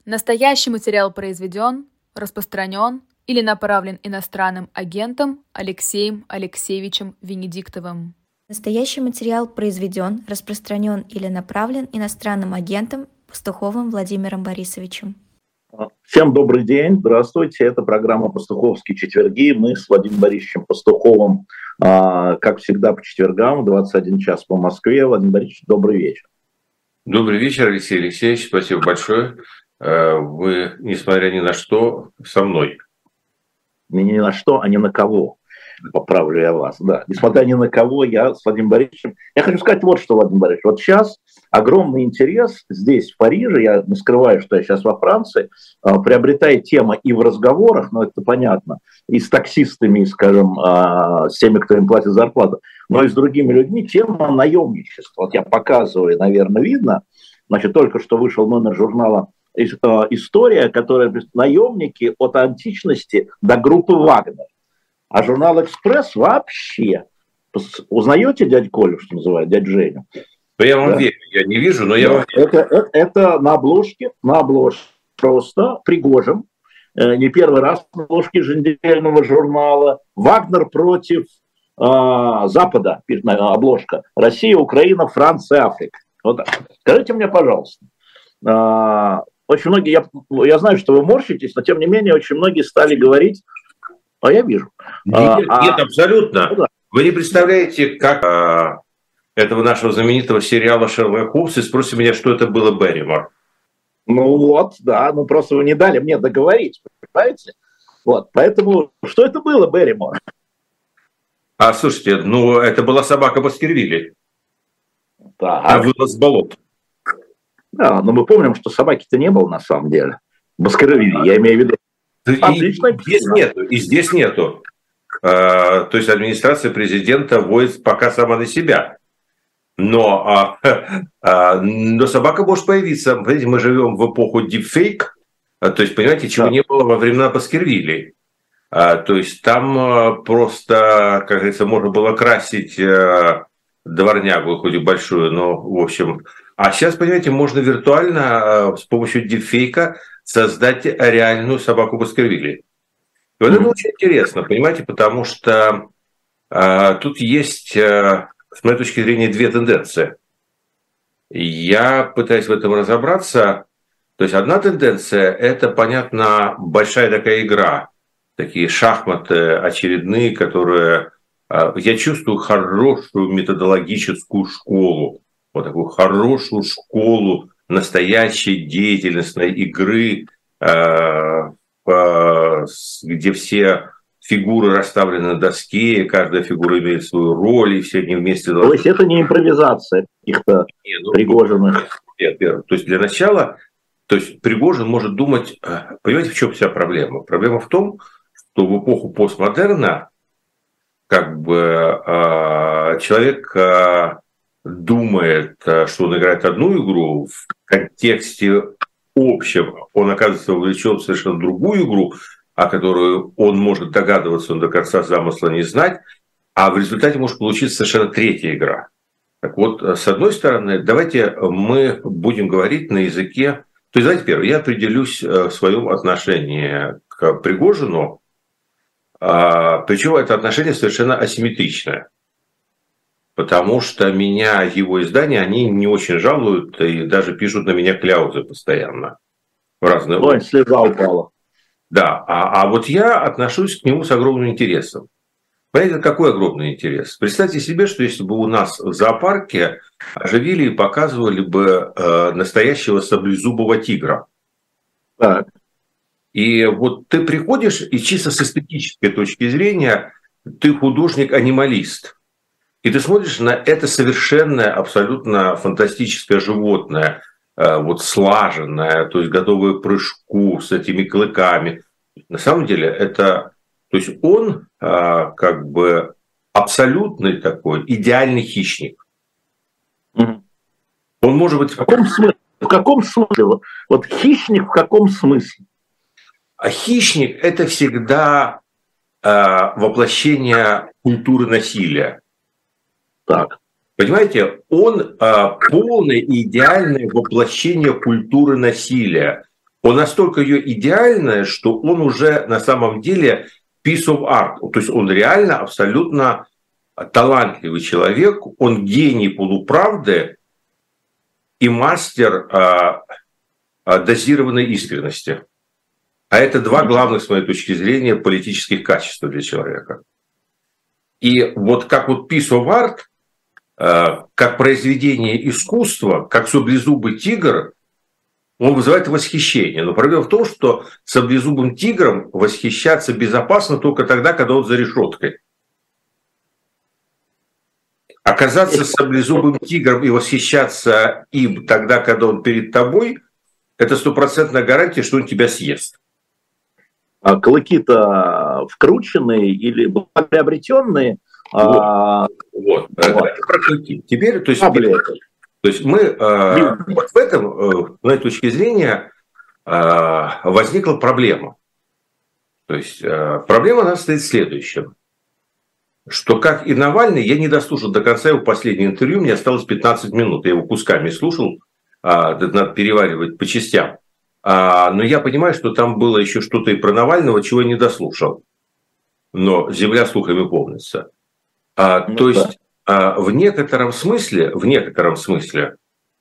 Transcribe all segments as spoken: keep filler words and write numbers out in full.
Настоящий материал произведен, распространен или направлен иностранным агентом Алексеем Алексеевичем Венедиктовым. Настоящий материал произведен, распространен или направлен иностранным агентом Пастуховым Владимиром Борисовичем. Всем добрый день, здравствуйте, это программа «Пастуховские четверги». Мы с Владимиром Борисовичем Пастуховым, как всегда, по четвергам, в двадцать один час по Москве. Владимир Борисович, добрый вечер. Добрый вечер, Алексей Алексеевич, спасибо большое. Вы, несмотря ни на что, со мной. Ни на что, а ни на кого. Поправлю я вас, да. Несмотря ни на кого, я с Владимиром Борисовичем... Я хочу сказать вот что, Владимир Борисович. Вот сейчас огромный интерес здесь, в Париже, я не скрываю, что я сейчас во Франции, приобретает тема и в разговорах, ну это понятно, и с таксистами, и, скажем, с теми, кто им платит зарплату, но и с другими людьми, тема наемничества. Вот я показываю, наверное, видно. Значит, только что вышел номер журнала «История», которая говорит, наемники от античности до группы «Вагнер». А журнал «Экспресс» вообще. Узнаете дядь Колю, что называют, дядь Женю? Я вам да. верю, я не вижу, но я да. вам верю. Это, это, это на обложке, на обложке просто Пригожин. Э, не первый раз на обложке еженедельного журнала. «Вагнер против э, Запада», пишет обложка. Россия, Украина, Франция, Африка. Вот так. Скажите мне, пожалуйста, э, очень многие, я, я знаю, что вы морщитесь, но тем не менее очень многие стали говорить, а я вижу. Нет, а, нет абсолютно. Ну, да. Вы не представляете, как а, этого нашего знаменитого сериала «Шерлок Холмс», и спросите меня, что это было Берримор. Ну вот, да, ну просто вы не дали мне договорить, понимаете? Вот, поэтому, что это было Берримор? А, слушайте, ну это была собака Баскервилей. Да. А вылаз с болот. Да, но мы помним, что собаки-то не было на самом деле. Баскервилей, я имею в виду. И здесь нету, и здесь нету. А, то есть администрация президента воет пока сама на себя. Но, а, а, но собака может появиться. Понимаете, мы живем в эпоху дипфейк, а, то есть, понимаете, чего да. не было во времена Баскервилей. А, то есть там а, просто, как говорится, можно было красить а, дворнягу, хоть и большую, но в общем. А сейчас, понимаете, можно виртуально а, с помощью дипфейка создать реальную собаку Баскервилей. И вот mm-hmm. это очень интересно, понимаете, потому что а, тут есть, а, с моей точки зрения, две тенденции. Я пытаюсь в этом разобраться. То есть одна тенденция – это, понятно, большая такая игра, такие шахматы очередные, которые… А, я чувствую хорошую методологическую школу, вот такую хорошую школу настоящей деятельностной игры, где все фигуры расставлены на доске, каждая фигура имеет свою роль, и все они вместе должны… То есть это не импровизация каких-то ну, Пригожиных? Нет, нет. То есть для начала, то есть Пригожин может думать… Понимаете, в чем вся проблема? Проблема в том, что в эпоху постмодерна как бы человек думает, что он играет одну игру, в контексте общем он оказывается вовлечен в совершенно другую игру, о которой он может догадываться, он до конца замысла не знать, а в результате может получиться совершенно третья игра. Так вот, с одной стороны, давайте мы будем говорить на языке… То есть, давайте первое, я определюсь в своем отношении к Пригожину, причем это отношение совершенно асимметричное. Потому что меня, его издания, они не очень жалуют и даже пишут на меня кляузы постоянно. В разные Ой, слеза упала. Да, а, а вот я отношусь к нему с огромным интересом. Понимаете, какой огромный интерес? Представьте себе, что если бы у нас в зоопарке оживили и показывали бы э, настоящего саблезубого тигра. Так. И вот ты приходишь, и чисто с эстетической точки зрения ты художник-анималист. И ты смотришь на это совершенное, абсолютно фантастическое животное, вот слаженное, то есть готовое к прыжку с этими клыками. На самом деле это, то есть он как бы абсолютный такой идеальный хищник. Mm-hmm. Он может быть… В каком смысле? В каком смысле? Вот хищник в каком смысле? А хищник – это всегда воплощение культуры насилия. Так. Понимаете, он а, полное и идеальное воплощение культуры насилия. он настолько ее идеальная, что он уже на самом деле piece of art. То есть он реально абсолютно талантливый человек, он гений полуправды и мастер а, а, дозированной искренности. А это два главных, с моей точки зрения, политических качества для человека. И вот как вот piece of art, а, как произведение искусства, как саблезубый тигр, он вызывает восхищение. Но проблема в том, что саблезубым тигром восхищаться безопасно только тогда, когда он за решеткой. Оказаться саблезубым тигром и восхищаться им тогда, когда он перед тобой, это стопроцентная гарантия, что он тебя съест. А клыки-то вкрученные или приобретенные? Вот. А... вот. вот. Это про клыки. Теперь, то есть, теперь, то есть мы э, вот в этом, э, с моей точки зрения, э, возникла проблема. То есть э, проблема у нас стоит в следующем. Что, как и Навальный, я не дослушал до конца его последнее интервью, мне осталось пятнадцать минут, я его кусками слушал, а, надо переваривать по частям. А, но я понимаю, что там было еще что-то и про Навального, чего я не дослушал. Но земля слухами полнится. А, ну, то да. есть а, в некотором смысле, в некотором смысле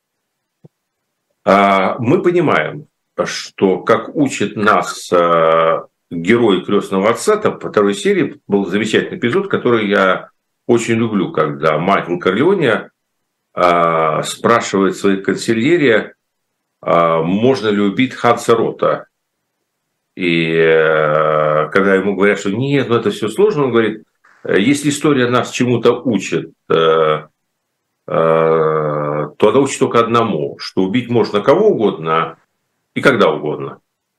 а, мы понимаем, что, как учит нас а, герой «Крестного отца», там по второй серии был замечательный эпизод, который я очень люблю, когда Майкл Корлеоне а, спрашивает своих консильерия, а, можно ли убить Ханса Рота. И а, когда ему говорят, что нет, ну это все сложно, он говорит, если история нас чему-то учит, а, а, то она учит только одному, что убить можно кого угодно и когда угодно.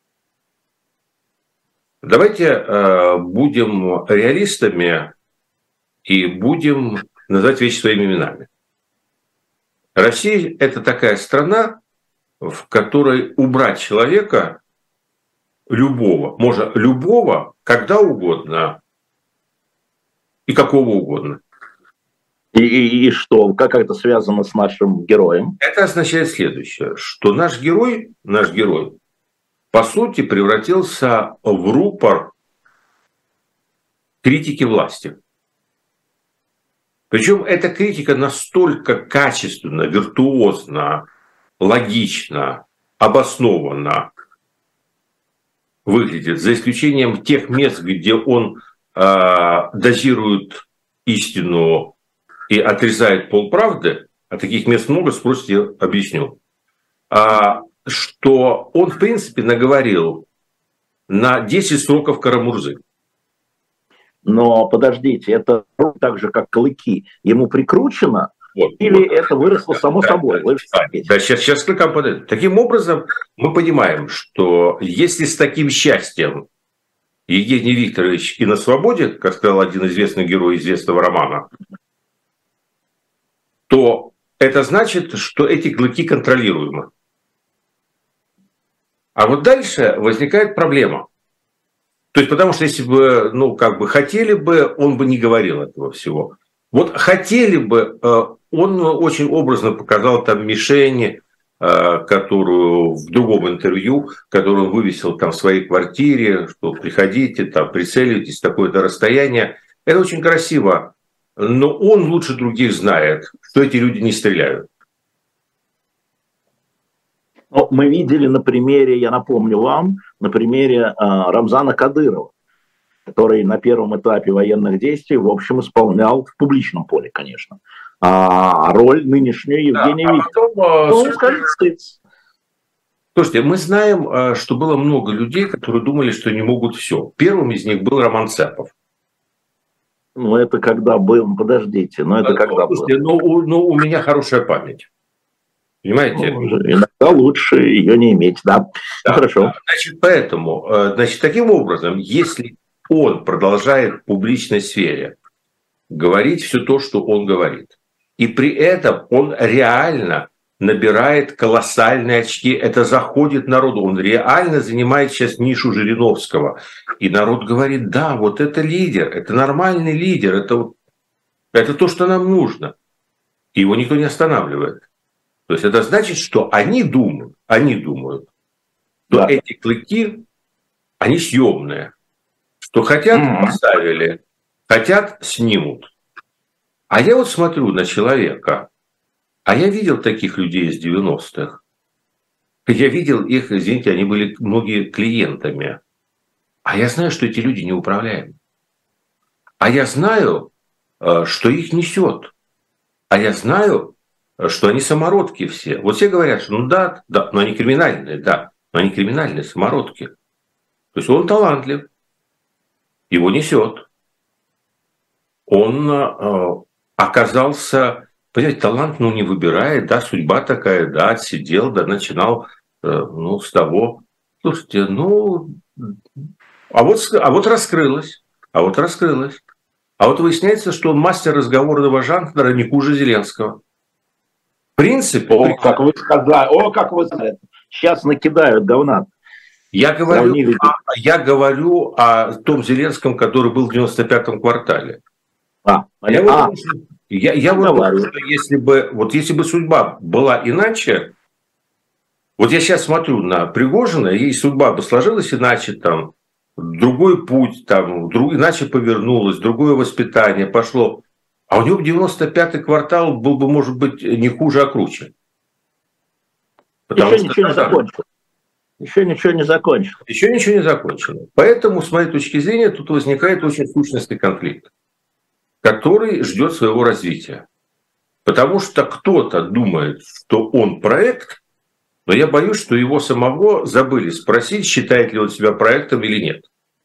Давайте э, будем реалистами и будем называть вещи своими именами. Россия – это такая страна, в которой убрать человека любого, можно любого, когда угодно и какого угодно. И, и, и что? Как это связано с нашим героем? Это означает следующее, что наш герой, наш герой, по сути, превратился в рупор критики власти. Причем эта критика настолько качественно, виртуозно, логично, обоснованно выглядит, за исключением тех мест, где он э, дозирует истину и отрезает полправды, а таких мест много, спросите, объясню. А, что он, в принципе, наговорил на десять сроков Карамурзы. Но подождите, это так же, как клыки. Ему прикручено, вот, или вот, это выросло да, само да, собой? Да, да, да, сейчас, сейчас клыкам подойдет. Таким образом, мы понимаем, что если с таким счастьем Евгений Викторович и на свободе, как сказал один известный герой известного романа, то это значит, что эти клыки контролируемы. А вот дальше возникает проблема. То есть, потому что если бы, ну, как бы хотели бы, он бы не говорил этого всего. Вот хотели бы, он очень образно показал там мишень, которую в другом интервью, которую он вывесил там в своей квартире, что приходите, там, прицеливайтесь, такое-то расстояние. Это очень красиво. Но он лучше других знает, что эти люди не стреляют. Но мы видели на примере, я напомню вам, на примере э, Рамзана Кадырова, который на первом этапе военных действий, в общем, исполнял в публичном поле, конечно, а роль нынешнюю Евгения да, Викторовича. А Слушайте, мы знаем, что было много людей, которые думали, что не могут все. Первым из них был Роман Цепов. Ну, это когда был, подождите, но это ну, когда слушайте, был. Ну, ну, у меня хорошая память. Понимаете? Ну, иногда лучше ее не иметь, да. да Хорошо. Да. Значит, поэтому, значит, таким образом, если он продолжает в публичной сфере говорить все то, что он говорит, и при этом он реально набирает колоссальные очки, это заходит народу, он реально занимает сейчас нишу Жириновского, и народ говорит, да, вот это лидер, это нормальный лидер, это, это то, что нам нужно, и его никто не останавливает. То есть это значит, что они думают, они думают, то Да. эти клыки, они съемные. Что хотят, Мгм. поставили, хотят, снимут. А я вот смотрю на человека, а я видел таких людей из девяностых. Я видел их, извините, они были многие клиентами. А я знаю, что эти люди неуправляемы. А я знаю, э, что их несет. А я знаю, э, что они самородки все. Вот все говорят, что ну да, да, но они криминальные, да, но они криминальные самородки. То есть он талантлив, его несет. Он э, оказался, понимаете, талант, ну, не выбирает, да, судьба такая, да, отсидел, да, начинал, э, ну, с того. Слушайте, ну, а вот, а вот раскрылось, а вот раскрылось. А вот выясняется, что он мастер разговорного жанра не хуже Зеленского. В принципе... О, как вы сказали, о, как вы сказали. Сейчас накидают говна. Я говорю, Сравнили. о, я говорю о том Зеленском, который был в девяносто пятом квартале. А, Я, а, вот, я, я ну, вот говорю. думаю, что если бы, вот если бы судьба была иначе, вот я сейчас смотрю на Пригожина, и судьба бы сложилась иначе, там, другой путь, там, друг, иначе повернулось, другое воспитание пошло. А у него девяносто пятый квартал был бы, может быть, не хуже, а круче. Еще ничего не закончил. Еще ничего не закончил. Еще ничего не закончено. Поэтому, с моей точки зрения, тут возникает очень сущностный конфликт, который ждет своего развития. Потому что кто-то думает, что он проект, но я боюсь, что его самого забыли спросить, считает ли он себя проектом или нет.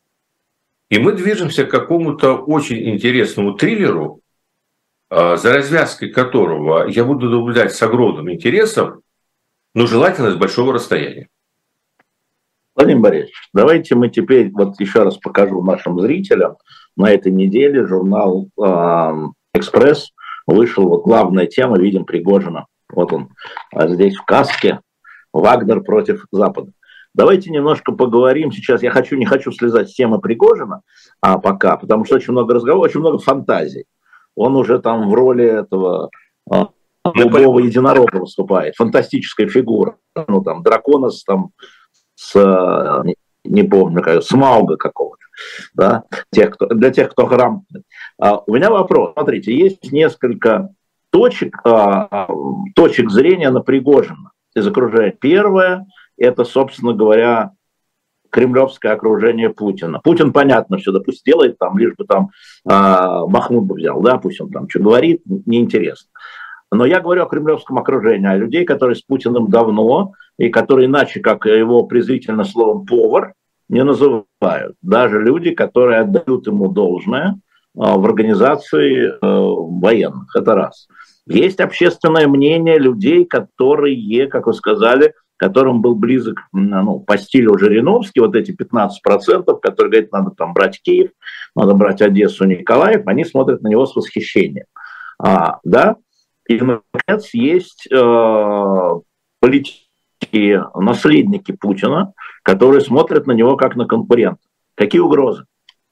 И мы движемся к какому-то очень интересному триллеру, за развязкой которого я буду наблюдать с огромным интересом, но желательно с большого расстояния. Владимир Борисович, давайте мы теперь вот еще раз покажу нашим зрителям. На этой неделе журнал э, «Экспресс» вышел, вот главная тема, видим Пригожина. Вот он а здесь в каске. Вагнер против Запада. Давайте немножко поговорим сейчас. Я хочу, не хочу слезать с темы Пригожина а пока, потому что очень много разговоров, очень много фантазий. Он уже там в роли этого э, голубого единорога выступает. Фантастическая фигура. Ну там дракона с там с, не, не помню, как, Смауга какого-то, да, тех, кто, для тех, кто грамотный. А, у меня вопрос. Смотрите, есть несколько точек, а, точек зрения на Пригожина из окружения. Первое, это, собственно говоря, кремлевское окружение Путина. Путин, понятно, все, да пусть делает там, лишь бы там а, Махмуд бы взял, да, пусть он там что говорит, неинтересно. Но я говорю о кремлевском окружении, о людей, которые с Путиным давно, и которые иначе, как его презрительно словом «повар», не называют. Даже люди, которые отдают ему должное в организации военных. Это раз. Есть общественное мнение людей, которые, как вы сказали, которым был близок, ну, по стилю Жириновский, вот эти пятнадцать процентов, которые говорят, надо там брать Киев, надо брать Одессу, Николаев, они смотрят на него с восхищением. А, да? И, наконец, есть э, политики, наследники Путина, которые смотрят на него как на конкурента. Какие угрозы?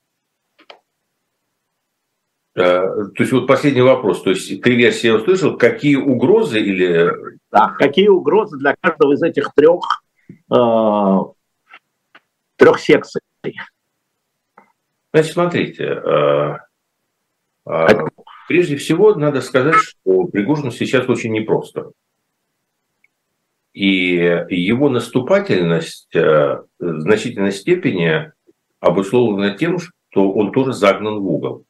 То есть вот последний вопрос. То есть три версии я услышал. Какие угрозы или... Да, какие угрозы для каждого из этих трех, э, трех секций? Значит, смотрите. Э, э, прежде всего, надо сказать, что Пригожину сейчас очень непросто. И его наступательность э, в значительной степени обусловлена тем, что он тоже загнан в угол.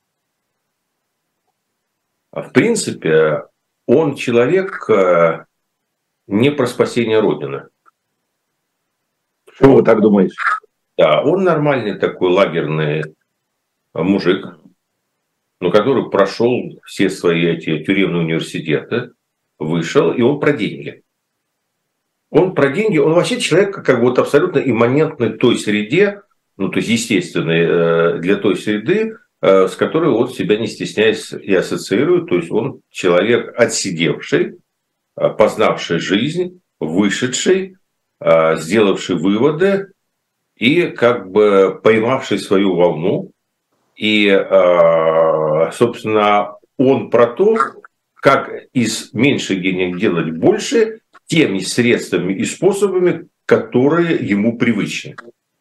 В принципе, он человек э, не про спасение Родины. Что вы так думаете? Да, он нормальный такой лагерный мужик, но который прошел все свои эти тюремные университеты, вышел, и он про деньги. Он про деньги, он вообще человек как бы вот абсолютно имманентный той среде, ну то есть естественный э, для той среды, э, с которой он себя не стесняясь и ассоциирует. То есть он человек отсидевший, э, познавший жизнь, вышедший, э, сделавший выводы и как бы поймавший свою волну. И, э, собственно, он про то, как из меньших денег делать больше, теми средствами и способами, которые ему привычны.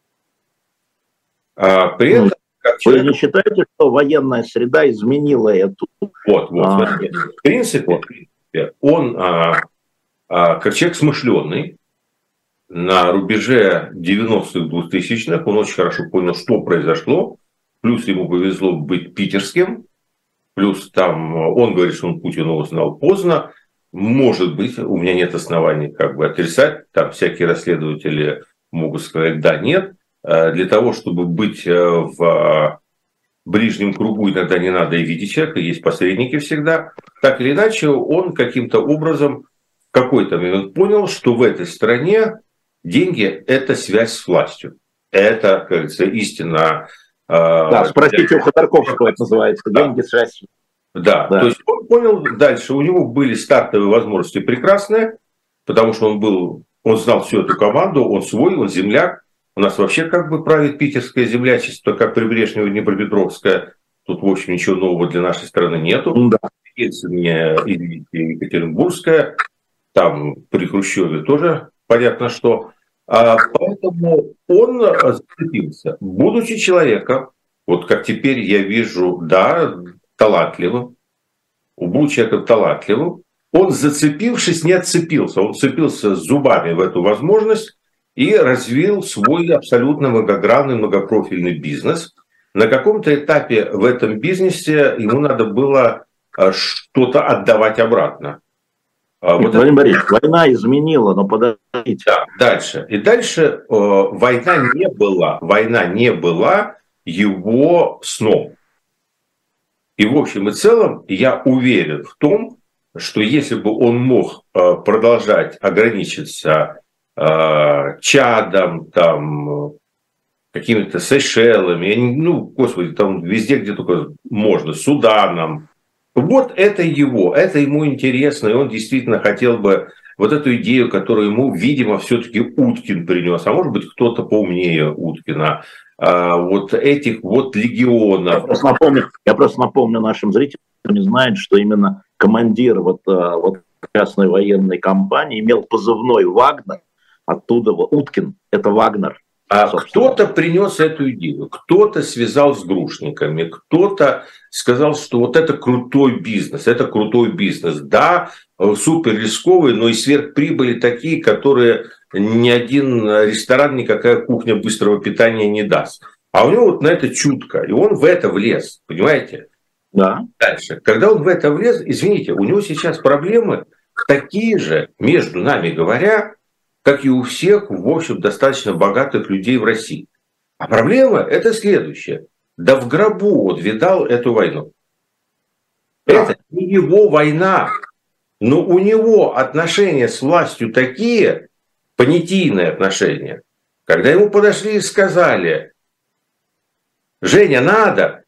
А при этом, как человек... Вы не считаете, что военная среда изменила эту? Вот, вот. А... В принципе, он, а, а, как человек смышленый, на рубеже девяностых, двухтысячных, он очень хорошо понял, что произошло. Плюс ему повезло быть питерским. Плюс там он говорит, что он Путина узнал поздно. Может быть, у меня нет оснований как бы отрицать. Там всякие расследователи могут сказать да, нет. Для того, чтобы быть в ближнем кругу, иногда не надо и видеть человека, есть посредники всегда. Так или иначе, он каким-то образом в какой-то момент понял, что в этой стране деньги – это связь с властью. Это, как говорится, истина. Да, спросите у Ходорковского, это называется, деньги, связь. Да, да, то есть он понял дальше, у него были стартовые возможности прекрасные, потому что он был, он знал всю эту команду, он свой, он земляк. У нас вообще как бы правит питерское землячество, как Прибрежнево, Днепропетровское. Тут, в общем, ничего нового для нашей страны нету. Да. Ельцин, Екатеринбургская, там при Хрущеве тоже понятно, что. А поэтому он зацепился, будучи человеком, вот как теперь я вижу, да, талантливым, будучи человеком талантливым, он, зацепившись, не отцепился, он цепился зубами в эту возможность и развил свой абсолютно многогранный, многопрофильный бизнес. На каком-то этапе в этом бизнесе ему надо было что-то отдавать обратно. Вот Владимир Борисович, война изменила, но подождите. Да, дальше. И дальше э, война не была, война не была его сном. И в общем и целом я уверен в том, что если бы он мог э, продолжать ограничиться э, Чадом, там, какими-то Сейшелами, ну, господи, там везде, где только можно, Суданом, вот это его, это ему интересно, и он действительно хотел бы вот эту идею, которую ему, видимо, все-таки Уткин принес, а может быть, кто-то поумнее Уткина, вот этих вот легионов. Я просто напомню, я просто напомню нашим зрителям, кто не знает, что именно командир вот, вот частной военной компании имел позывной «Вагнер», оттуда Уткин, это Вагнер. А кто-то принес эту идею, кто-то связал с грушниками, кто-то сказал, что вот это крутой бизнес, это крутой бизнес. Да, супер рисковый, но и сверхприбыли такие, которые ни один ресторан, никакая кухня быстрого питания не даст. А у него вот на это чутко, и он в это влез, понимаете? Да. Дальше, когда он в это влез, извините, у него сейчас проблемы такие же, между нами говоря, как и у всех, в общем, достаточно богатых людей в России. А проблема это следующая. Да в гробу он видал эту войну. Это не его война. Но у него отношения с властью такие, понятийные отношения. Когда ему подошли и сказали: Женя, надо,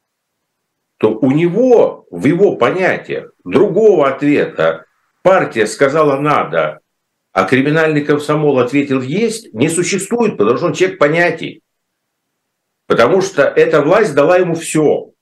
то у него в его понятиях другого ответа. Партия сказала надо, а криминальный комсомол ответил есть, не существует, потому что он человек понятий. Потому что эта власть дала ему все.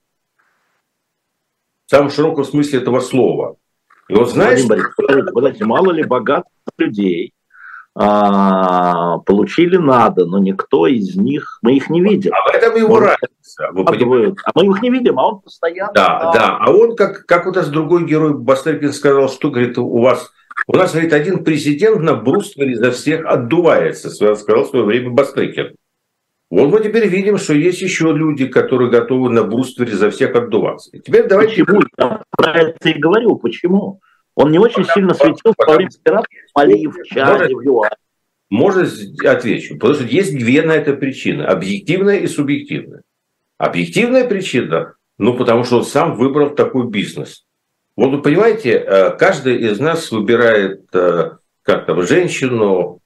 В самом широком смысле этого слова. И вот знаешь, подождите, подождите, мало ли богатых людей а, получили надо, но никто из них, мы их не видим. А в этом его он, разница. Вы понимаете? А мы их не видим, а он постоянно... Да, да, да. А он, как, как у нас другой герой Бастрыкин сказал, что, говорит, у вас... У нас, говорит, один президент на бруствере за всех отдувается, сказал в свое время Бастрыкин. Вот мы теперь видим, что есть еще люди, которые готовы на бруствере за всех отдуваться. И теперь давайте... Почему? Я про это и говорю. Почему? Он не очень потому, сильно светил во время Мали, в Чаде, в ЮАР. Можно отвечу. Потому что есть две на это причины. Объективная и субъективная. Объективная причина, ну, потому что он сам выбрал такой бизнес. Вот вы понимаете, каждый из нас выбирает, как там, женщину,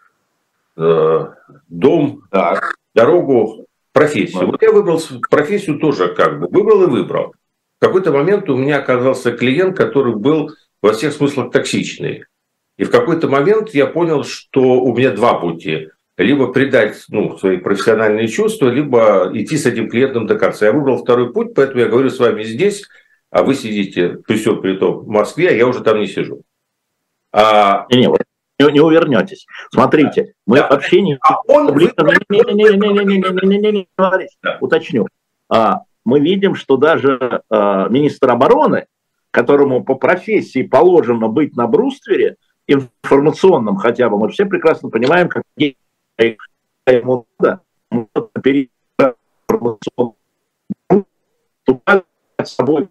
дом, так, дорогу, профессию. Вот я выбрал профессию тоже как бы, выбрал и выбрал. В какой-то момент у меня оказался клиент, который был во всех смыслах токсичный. И в какой-то момент я понял, что у меня два пути. Либо предать, ну, свои профессиональные чувства, либо идти с этим клиентом до конца. Я выбрал второй путь, поэтому я говорю с вами здесь, а вы сидите при всем при том в Москве, а я уже там не сижу. А... Не, не, не, не увернетесь. Смотрите, мы да. вообще не... А он... Не-не-не-не-не-не-не-не-не-не, уточню. А, мы видим, что даже а, министр обороны, которому по профессии положено быть на бруствере, информационном хотя бы, мы все прекрасно понимаем, как ему надо, может перейти информационную с собой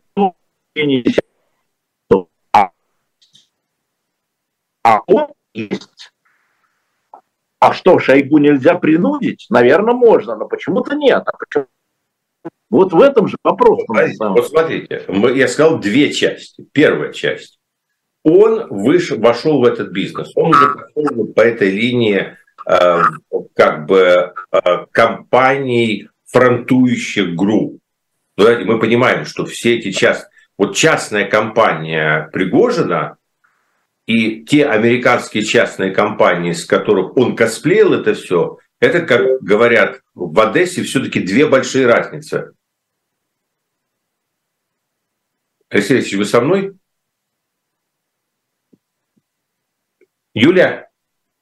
а он есть. А что, Шойгу нельзя принудить? Наверное, можно, но почему-то нет. А почему? Вот в этом же вопрос. Вот смотрите, я сказал две части. Первая часть. Он вышел, вошел в этот бизнес. Он уже пошел по этой линии э, как бы э, компаний, фронтующих групп. Знаете, мы понимаем, что все эти частные... Вот частная компания Пригожина и те американские частные компании, с которых он косплеил это все, это, как говорят в Одессе, все-таки две большие разницы. Алексей Алексеевич, вы со мной? Юля?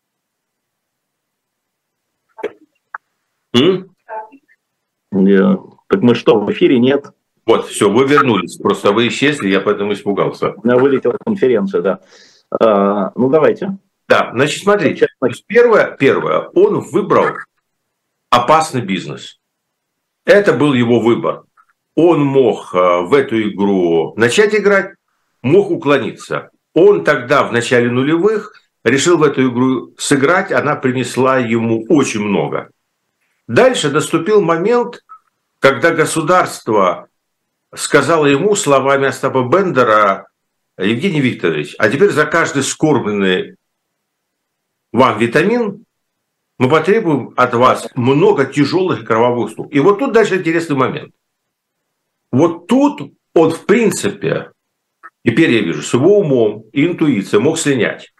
М? Я... Так мы что, в эфире нет? Вот, все, вы вернулись. Просто вы исчезли, я поэтому испугался. У меня вылетела конференция, да. А, ну, давайте. Да, значит, смотрите. Первое, первое, он выбрал опасный бизнес. Это был его выбор. Он мог в эту игру начать играть, мог уклониться. Он тогда, в начале нулевых, решил в эту игру сыграть, она принесла ему очень много. Дальше наступил момент, когда государство сказало ему словами Остапа Бендера: Евгений Викторович, а теперь за каждый скормленный вам витамин мы потребуем от вас много тяжелых кровавых уступ. И вот тут дальше интересный момент. Вот тут он, в принципе, теперь я вижу, с его умом и интуицией мог слинять.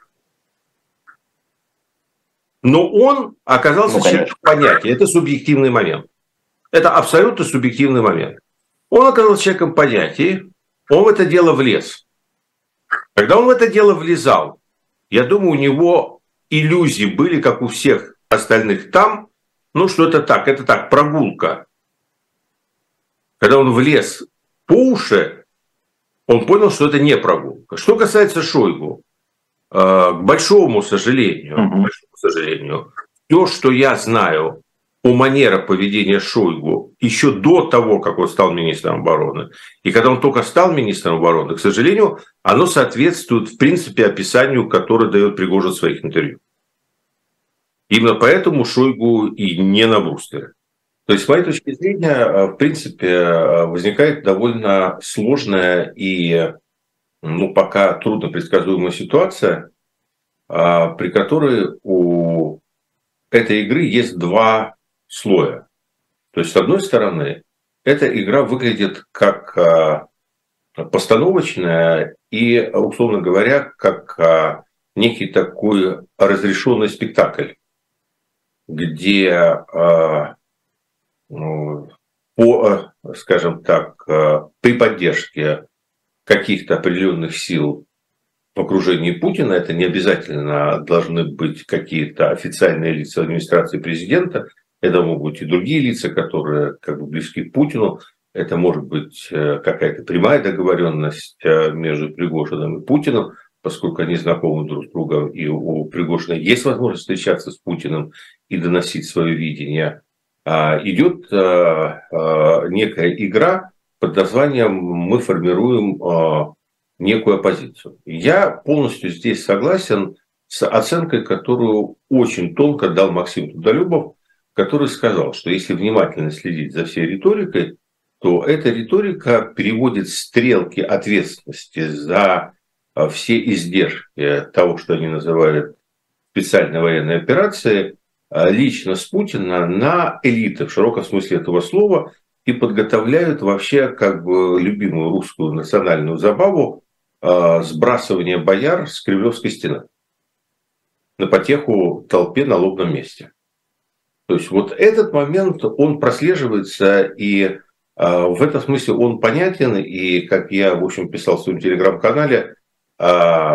Но он оказался ну, человеком понятия. Это субъективный момент. Это абсолютно субъективный момент. Он оказался человеком понятия, он в это дело влез. Когда он в это дело влезал, я думаю, у него иллюзии были, как у всех остальных там, ну что это так, это так, прогулка. Когда он влез по уши, он понял, что это не прогулка. Что касается Шойгу, к большому сожалению, к большому сожалению, все, что я знаю о манерах поведения Шойгу еще до того, как он стал министром обороны, и когда он только стал министром обороны, к сожалению, оно соответствует, в принципе, описанию, которое дает Пригожин в своих интервью. Именно поэтому Шойгу и не на бруствере. То есть, с моей точки зрения, в принципе, возникает довольно сложная и, ну, пока трудно предсказуемая ситуация, при которой у этой игры есть два слоя. То есть, с одной стороны, эта игра выглядит как постановочная и, условно говоря, как некий такой разрешенный спектакль, где по, скажем так, при поддержке каких-то определенных сил в окружении Путина, это не обязательно должны быть какие-то официальные лица администрации президента, это могут быть и другие лица, которые как бы близки к Путину, это может быть какая-то прямая договоренность между Пригожиным и Путиным, поскольку они знакомы друг с другом, и у Пригожина есть возможность встречаться с Путиным и доносить свое видение. Идет некая игра под названием «Мы формируем некую оппозицию». Я полностью здесь согласен с оценкой, которую очень тонко дал Максим Тудолюбов, который сказал, что если внимательно следить за всей риторикой, то эта риторика переводит стрелки ответственности за все издержки того, что они называют специальной военной операцией, лично с Путина на элиты в широком смысле этого слова и подготовляют вообще как бы любимую русскую национальную забаву сбрасывание бояр с Кремлевской стены на потеху толпе на лобном месте. То есть вот этот момент, он прослеживается, и в этом смысле он понятен, и как я, в общем, писал в своем телеграм-канале,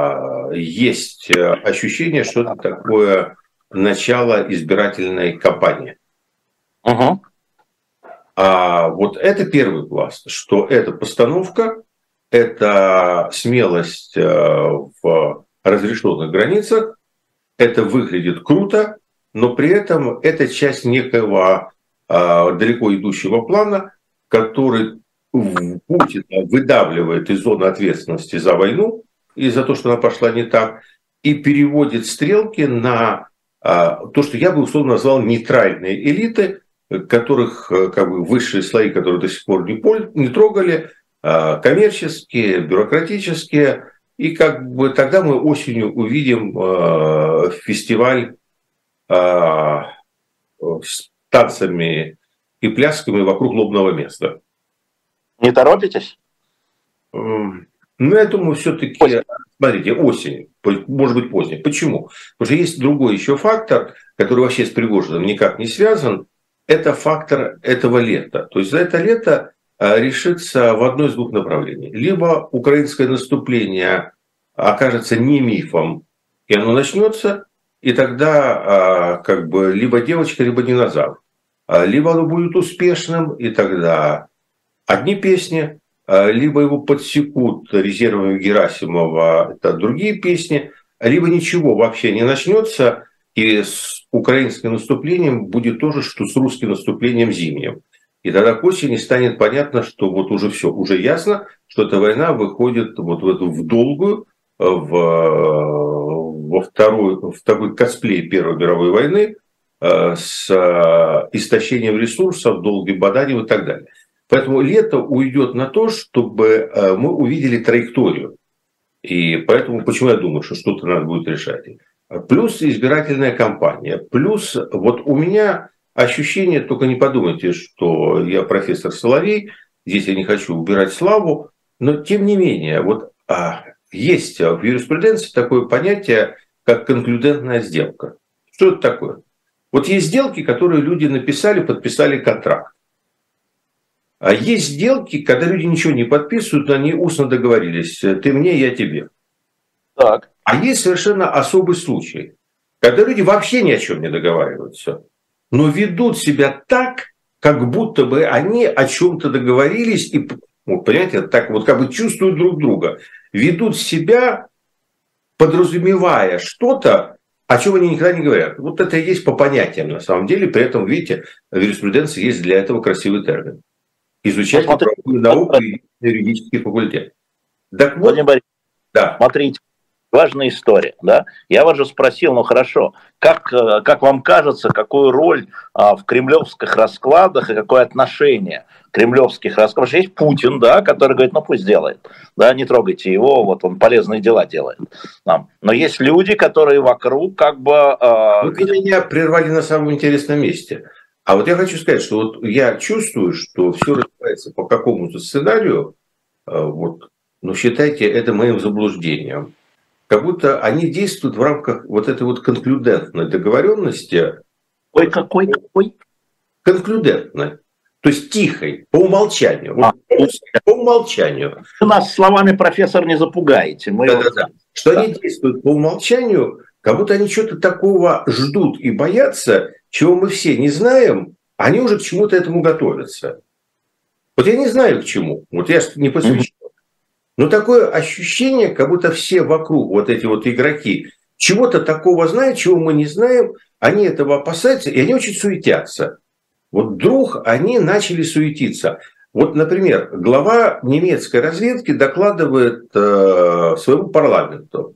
есть ощущение, что это такое начало избирательной кампании. Угу. А вот это первый пласт, что это постановка, это смелость в разрешенных границах, это выглядит круто, но при этом это часть некого далеко идущего плана, который Путина выдавливает из зоны ответственности за войну и за то, что она пошла не так, и переводит стрелки на то, что я бы условно назвал нейтральные элиты, которых как бы высшие слои, которые до сих пор не, пол, не трогали, коммерческие, бюрократические. И как бы тогда мы осенью увидим фестиваль с танцами и плясками вокруг лобного места. Не торопитесь? Ну, я думаю, все-таки, смотрите, осень, может быть, позднее. Почему? Потому что есть другой еще фактор, который вообще с Пригожиным никак не связан. Это фактор этого лета. То есть за это лето решится в одно из двух направлений. Либо украинское наступление окажется не мифом, и оно начнется, и тогда как бы либо девочка, либо динозавр. Либо оно будет успешным, и тогда одни песни, либо его подсекут резервами Герасимова, это другие песни, либо ничего вообще не начнется, и с украинским наступлением будет то же, что с русским наступлением зимним. И тогда к осени станет понятно, что вот уже все, уже ясно, что эта война выходит вот в эту в долгую, в, во второй, в такой косплей Первой мировой войны с истощением ресурсов, долгим баданием и так далее. Поэтому лето уйдет на то, чтобы мы увидели траекторию. И поэтому почему я думаю, что что-то надо будет решать. Плюс избирательная кампания. Плюс вот у меня ощущение, только не подумайте, что я профессор Соловей, здесь я не хочу убирать славу, но тем не менее, вот а, есть в юриспруденции такое понятие, как конклюдентная сделка. Что это такое? Вот есть сделки, которые люди написали, подписали контракт. А есть сделки, когда люди ничего не подписывают, они устно договорились. Ты мне, я тебе. Так. А есть совершенно особый случай, когда люди вообще ни о чем не договариваются, но ведут себя так, как будто бы они о чем-то договорились и, вот, понимаете, так вот как бы чувствуют друг друга, ведут себя, подразумевая что-то, о чем они никогда не говорят. Вот это и есть по понятиям на самом деле. При этом, видите, в юриспруденции есть для этого красивый термин. Изучать правовую науку и юридический факультет. Так вот, Владимир Борисович, да. Смотрите, важная история. Да? Я вас же спросил, ну хорошо, как, как вам кажется, какую роль а, в кремлевских раскладах и какое отношение кремлевских раскладов? Потому что есть Путин, да, который говорит, ну пусть делает, да, не трогайте его, вот он полезные дела делает. Нам. Но есть люди, которые вокруг как бы... А, вы меня прервали на самом интересном месте. А вот я хочу сказать, что вот я чувствую, что все развивается по какому-то сценарию, вот, ну, считайте это моим заблуждением. Как будто они действуют в рамках вот этой вот конклюдентной договоренности. Ой, какой, какой? Конклюдентной. То есть тихой, по умолчанию. А. Вот, по умолчанию. Вы нас словами, профессор, не запугаете. Мы да, вот... да, да. Что да. они действуют по умолчанию, как будто они что-то такого ждут и боятся, чего мы все не знаем, они уже к чему-то этому готовятся. Вот я не знаю к чему, вот я не посвящен. Но такое ощущение, как будто все вокруг, вот эти вот игроки, чего-то такого знают, чего мы не знаем, они этого опасаются, и они очень суетятся. Вот вдруг они начали суетиться. Вот, например, глава немецкой разведки докладывает э, своему парламенту.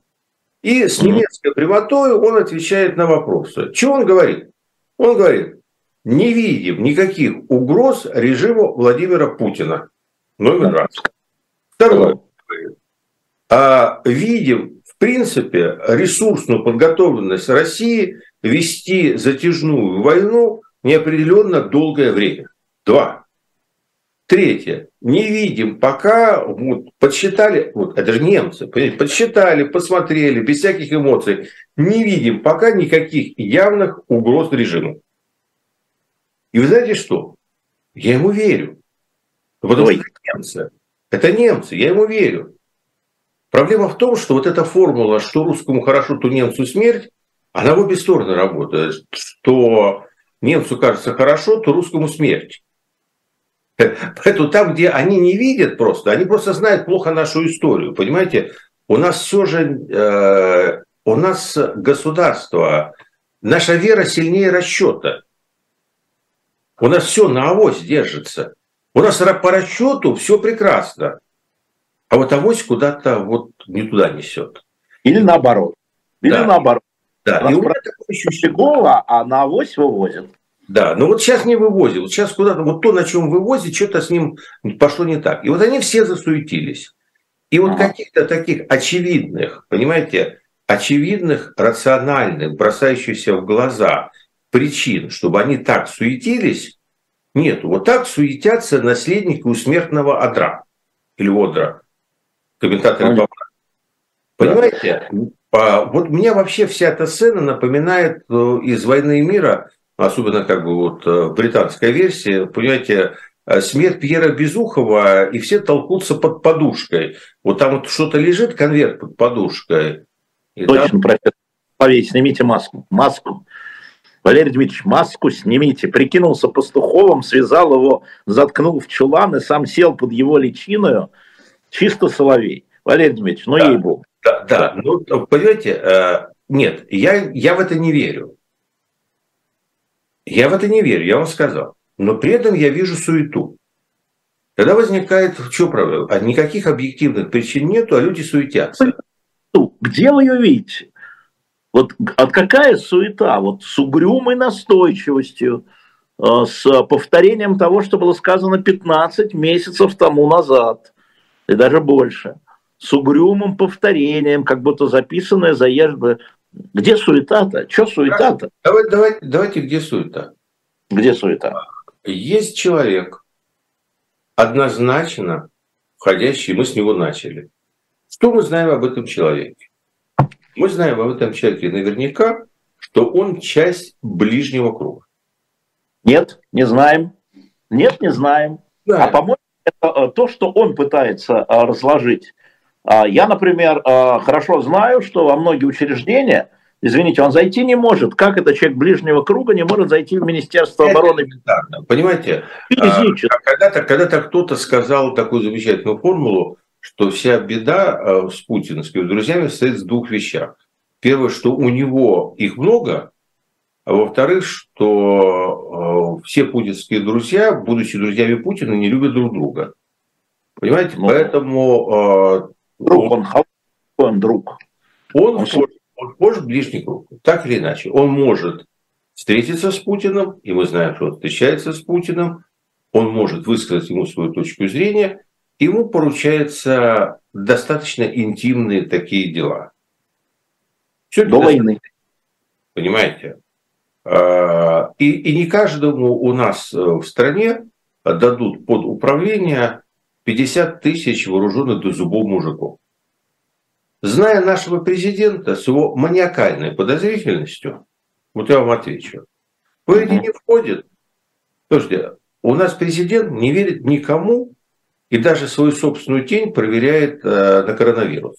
И с немецкой прямотой он отвечает на вопросы. Чего он говорит? Он говорит, не видим никаких угроз режиму Владимира Путина. Номер раз. Второе. А видим, в принципе, ресурсную подготовленность России вести затяжную войну неопределенно долгое время. Два. Третье. Не видим пока, вот, подсчитали, вот, это же немцы, подсчитали, посмотрели, без всяких эмоций, не видим пока никаких явных угроз режиму. И вы знаете что? Я ему верю. Потому что это немцы. Это немцы, я ему верю. Проблема в том, что вот эта формула, что русскому хорошо, то немцу смерть, она в обе стороны работает. Что немцу кажется хорошо, то русскому смерть. Поэтому там, где они не видят просто, они просто знают плохо нашу историю. Понимаете, у нас все же, э, у нас государство, наша вера сильнее расчета. У нас все на авось держится. У нас по расчету все прекрасно. А вот авось куда-то вот не туда несет. Или наоборот. Или да. наоборот. Да. И у меня такое ощущение, а на авось вывозят. Да, но вот сейчас не вывозил. Вот сейчас куда-то, вот то, на чем вывозит, что-то с ним пошло не так. И вот они все засуетились. И вот ага. каких-то таких очевидных, понимаете, очевидных, рациональных, бросающихся в глаза причин, чтобы они так суетились, нету. Вот так суетятся наследники у смертного Одра. Или Одра. Комментаторы Бабра. Понимаете? Вот мне вообще вся эта сцена напоминает из «Войны и мира», особенно как бы вот британская версия, понимаете, смерть Пьера Безухова, и все толкутся под подушкой. Вот там вот что-то лежит, конверт под подушкой. Точно, там... профессор. Повесь, снимите маску. Маску. Валерий Дмитриевич, маску снимите. Прикинулся пастуховым, связал его, заткнул в чулан и сам сел под его личиною. Чисто соловей. Валерий Дмитриевич, ну да, ей-богу. Да, да, ну, понимаете, нет, я, я в это не верю. Я в это не верю, я вам сказал. Но при этом я вижу суету. Тогда возникает, что проблема? А никаких объективных причин нету, а люди суетятся. Где вы ее видите? Вот от какая суета? Вот с угрюмой настойчивостью, с повторением того, что было сказано пятнадцать месяцев тому назад, и даже больше. С угрюмым повторением, как будто записанное заезжено. Где суета-то? Что суета-то? Давайте, давайте, давайте, где суета? Где суета? Есть человек, однозначно входящий, мы с него начали. Что мы знаем об этом человеке? Мы знаем об этом человеке наверняка, что он часть ближнего круга. Нет, не знаем. Нет, не знаем. знаем. А по-моему, это то, что он пытается разложить. Я, например, хорошо знаю, что во многие учреждения, извините, он зайти не может. Как это человек ближнего круга не может зайти в Министерство это обороны? Понимаете, когда-то, когда-то кто-то сказал такую замечательную формулу, что вся беда с путинскими друзьями состоит в двух вещах. Первое, что у него их много, а во-вторых, что все путинские друзья, будучи друзьями Путина, не любят друг друга. Понимаете, ну, поэтому... Друг, он, он, он друг. Он, он, вхож, он вхож в ближний круг. Так или иначе. Он может встретиться с Путиным, и мы знаем, что он встречается с Путиным. Он может высказать ему свою точку зрения. Ему поручаются достаточно интимные такие дела. Все до войны. Понимаете? И, и не каждому у нас в стране дадут под управление пятьдесят тысяч вооруженных до зубов мужиков. Зная нашего президента с его маниакальной подозрительностью, вот я вам отвечу, в эти не входит. Слушайте, у нас президент не верит никому и даже свою собственную тень проверяет э, на коронавирус.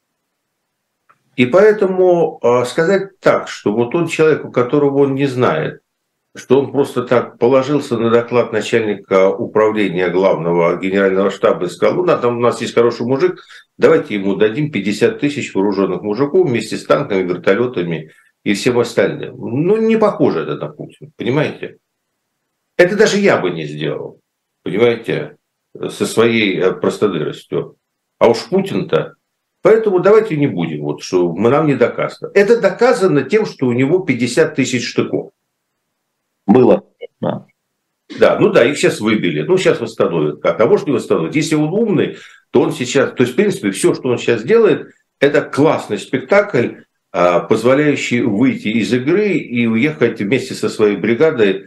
И поэтому э, сказать так, что вот он человек, у которого он не знает, что он просто так положился на доклад начальника управления главного генерального штаба и сказал, ну, да, там у нас есть хороший мужик, давайте ему дадим пятьдесят тысяч вооруженных мужиков вместе с танками, вертолетами и всем остальным. Ну, не похоже это на Путина, понимаете? Это даже я бы не сделал, понимаете, со своей простодыростью. А уж Путин-то. Поэтому давайте не будем, вот, что нам не доказано. Это доказано тем, что у него пятьдесят тысяч штыков. Было. Да. Да, ну да, их сейчас выбили. Ну, сейчас восстановят. Как? А может не восстановят. Если он умный, то он сейчас... То есть, в принципе, все, что он сейчас делает, это классный спектакль, позволяющий выйти из игры и уехать вместе со своей бригадой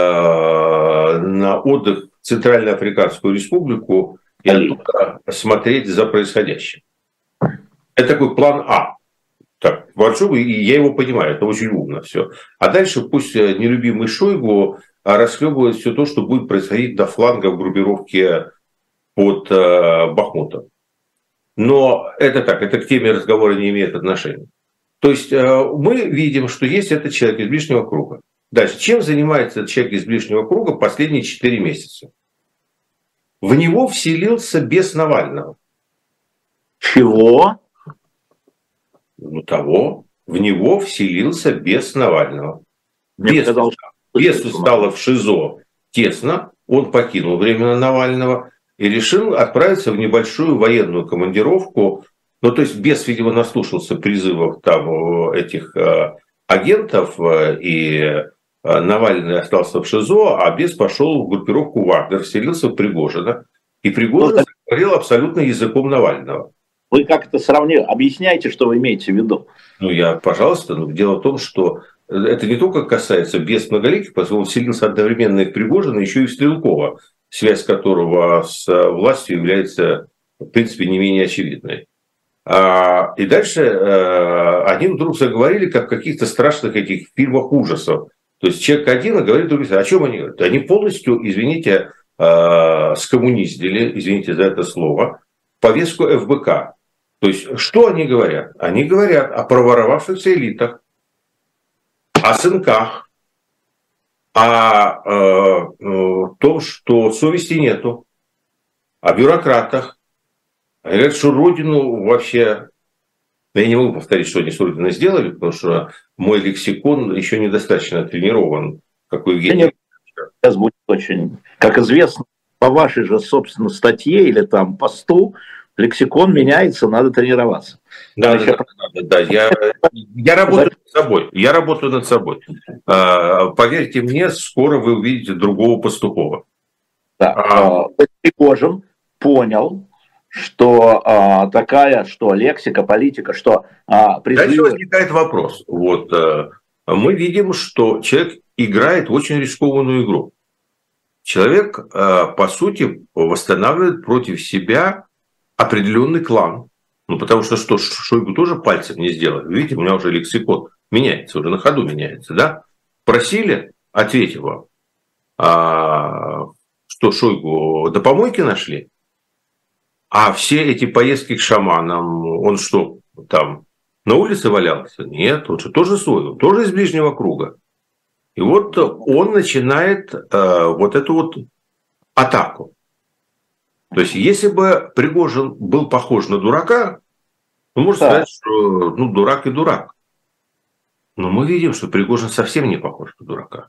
на отдых в Центральноафриканскую республику и оттуда смотреть за происходящим. Это такой план А. Так, большой, и я его понимаю, это очень умно все. А дальше пусть нелюбимый Шойгу расхлебывает все то, что будет происходить до фланга в группировке под э, Бахмутом. но это так, это к теме разговора не имеет отношения. То есть мы видим, что есть этот человек из ближнего круга. Дальше, чем занимается этот человек из ближнего круга последние четыре месяца? В него вселился бес Навального. Чего? Ну, того. В него вселился бес Навального. Бес, сказал, бесу стало в ШИЗО тесно, он покинул временно Навального и решил отправиться в небольшую военную командировку. Ну, то есть бес, видимо, наслушался призывов там этих э, агентов, э, и э, Навальный остался в ШИЗО, а бес пошел в группировку Вагнер, вселился в Пригожина. И Пригожин ну, говорил абсолютно языком Навального. Вы как это сравнили? Объясняйте, что вы имеете в виду. Ну, я, пожалуйста, но дело в том, что это не только касается бес многоликих, потому что он вселился одновременно и в Пригожина, еще и в Стрелкова, связь которого с властью является, в принципе, не менее очевидной. А, и дальше а, они вдруг заговорили, как в каких-то страшных этих фильмах ужасов. То есть человек один говорит другой, о чем они говорят? Они полностью, извините, а, скоммуниздили, извините за это слово, повестку эф бэ ка. То есть, что они говорят? Они говорят о проворовавшихся элитах, о сынках, о э, э, том, что совести нету, о бюрократах. Они говорят, что Родину вообще... Я не могу повторить, что они с Родиной сделали, потому что мой лексикон еще недостаточно тренирован, как у Евгения. Сейчас будет очень... Как известно, по вашей же, собственно, статье или там посту, лексикон меняется, надо тренироваться. Да, да, да, да, да. Я, я работаю над собой. Я работаю над собой. Поверьте мне, скоро вы увидите другого Пастухова. Да. А... Пригожин понял, что а, такая, что лексика, политика, что а, призывы... Дальше возникает вопрос. Вот, а, мы видим, что человек играет в очень рискованную игру. Человек, а, по сути, восстанавливает против себя определенный клан. Ну, потому что что, Шойгу тоже пальцем не сделать. Видите, у меня уже лексикон меняется, уже на ходу меняется, да? Просили, ответь вам. А, что, Шойгу до помойки нашли? А все эти поездки к шаманам, он что, там на улице валялся? Нет, он же тоже свой, он тоже из ближнего круга. И вот он начинает э, вот эту вот атаку. То есть, если бы Пригожин был похож на дурака, ну, можно да. сказать, что ну, дурак и дурак. Но мы видим, что Пригожин совсем не похож на дурака.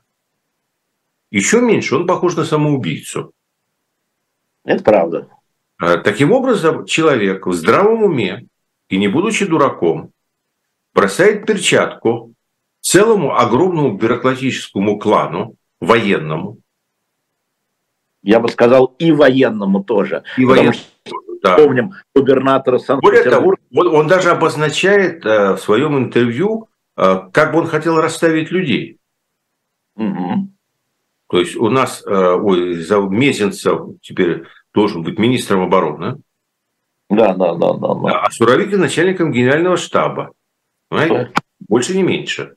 Еще меньше он похож на самоубийцу. Это правда. Таким образом, человек в здравом уме и не будучи дураком бросает перчатку целому огромному бюрократическому клану, военному. Я бы сказал, и военному тоже. И военному, да. Помним губернатора Санкт-Петербурга. Он, он даже обозначает э, в своем интервью, э, как бы он хотел расставить людей. Угу. То есть у нас э, ой, за Мезенцев теперь должен быть министром обороны. Да, да, да, да. да. А Суровикин начальником генерального штаба. Понимаете? Больше не меньше.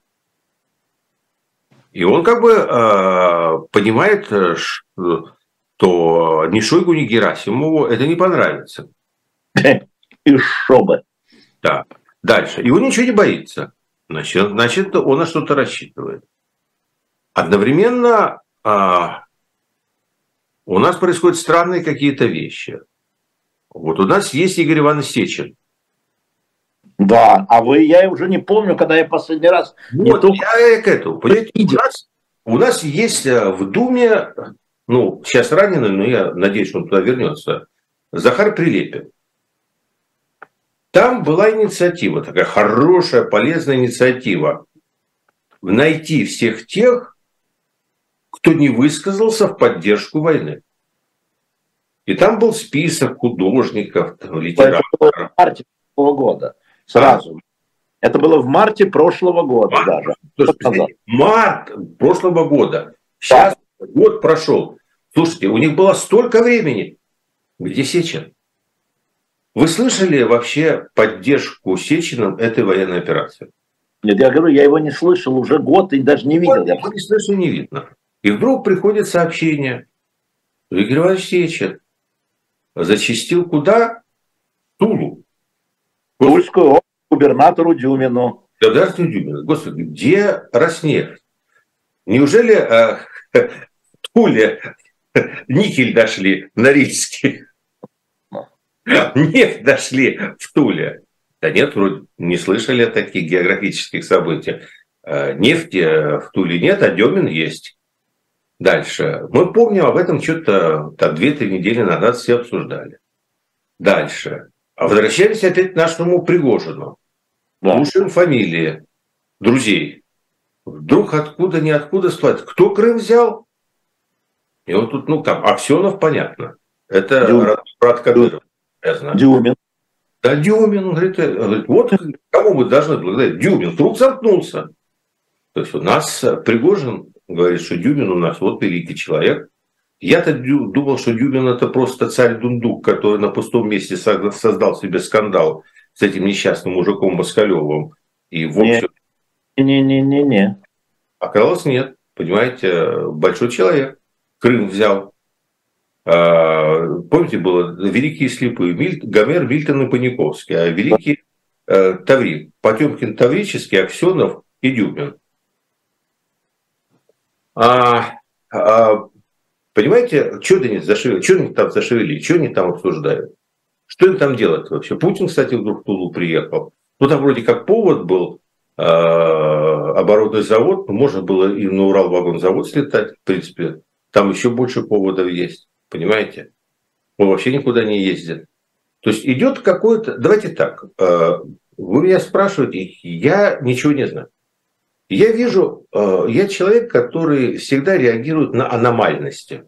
И он как бы э, понимает, что то ни Шойгу, ни Герасимову это не понравится. И шо бы. Да. Дальше. И он ничего не боится. Значит, значит он на что-то рассчитывает. Одновременно а, у нас происходят странные какие-то вещи. Вот у нас есть Игорь Иванович Сечин. Да, а вы, я уже не помню, когда я последний раз... Вот, только... я к этому. Понимаете, у нас, у нас есть в Думе, ну, сейчас раненый, но я надеюсь, что он туда вернется, Захар Прилепин. Там была инициатива, такая хорошая, полезная инициатива. Найти всех тех, кто не высказался в поддержку войны. И там был список художников, литераторов. Это было в марте прошлого года. Сразу. А? Это было в марте прошлого года март, даже. Слушайте, март прошлого года. Сейчас да. Год прошел. Слушайте, у них было столько времени. Где Сечин? Вы слышали вообще поддержку Сечиным этой военной операции? Нет, я говорю, я его не слышал уже год и даже не видел. Вот, я не слышу, не видно. И вдруг приходит сообщение, что Игорь Иванович Сечин зачастил куда? Тулу. Тульскую область губернатору Дюмину. Государственный Дюмин. Господи, где Роснефть? Неужели э, в Туле никель дошли, Норильский? Нефть дошли в Туле. Да нет, вроде не слышали о таких географических событиях. Э, нефти в Туле нет, а Дюмин есть. Дальше. Мы помним об этом что-то две-три недели назад все обсуждали. Дальше. А возвращаемся опять к нашему Пригожину. Да. Слушаем фамилии друзей. Вдруг откуда, не откуда всплывает. Кто Крым взял? И вот тут, ну там, Аксенов, понятно. Это Дюмин. Брат Кадырова, я знаю. Дюмин. Да, Дюмин. Он говорит, говорит, вот кому мы должны благодарить. Дюмин вдруг замкнулся. То есть у нас Пригожин говорит, что Дюмин у нас вот великий человек. Я-то думал, что Дюмин это просто царь Дундук, который на пустом месте создал себе скандал с этим несчастным мужиком Москалевым. И в общем... Не-не-не-не. Оказалось, нет. Понимаете, большой человек. Крым взял. Помните, было великие слепые. Миль... Гомер, Мильтон и Паниковский. А великий э, Таврик. Потемкин, Таврический, Аксенов и Дюмин. А, а, понимаете, что они зашевели, что они там зашевели, что они там обсуждают? Что они там делают вообще? Путин, кстати, вдруг в Тулу приехал. Ну, там вроде как повод был э, оборонный завод. Можно было и на Уралвагонзавод слетать, в принципе. Там еще больше поводов есть, понимаете? Он вообще никуда не ездит. То есть идет какое-то... Давайте так, э, вы меня спрашиваете, я ничего не знаю. Я вижу, я человек, который всегда реагирует на аномальности.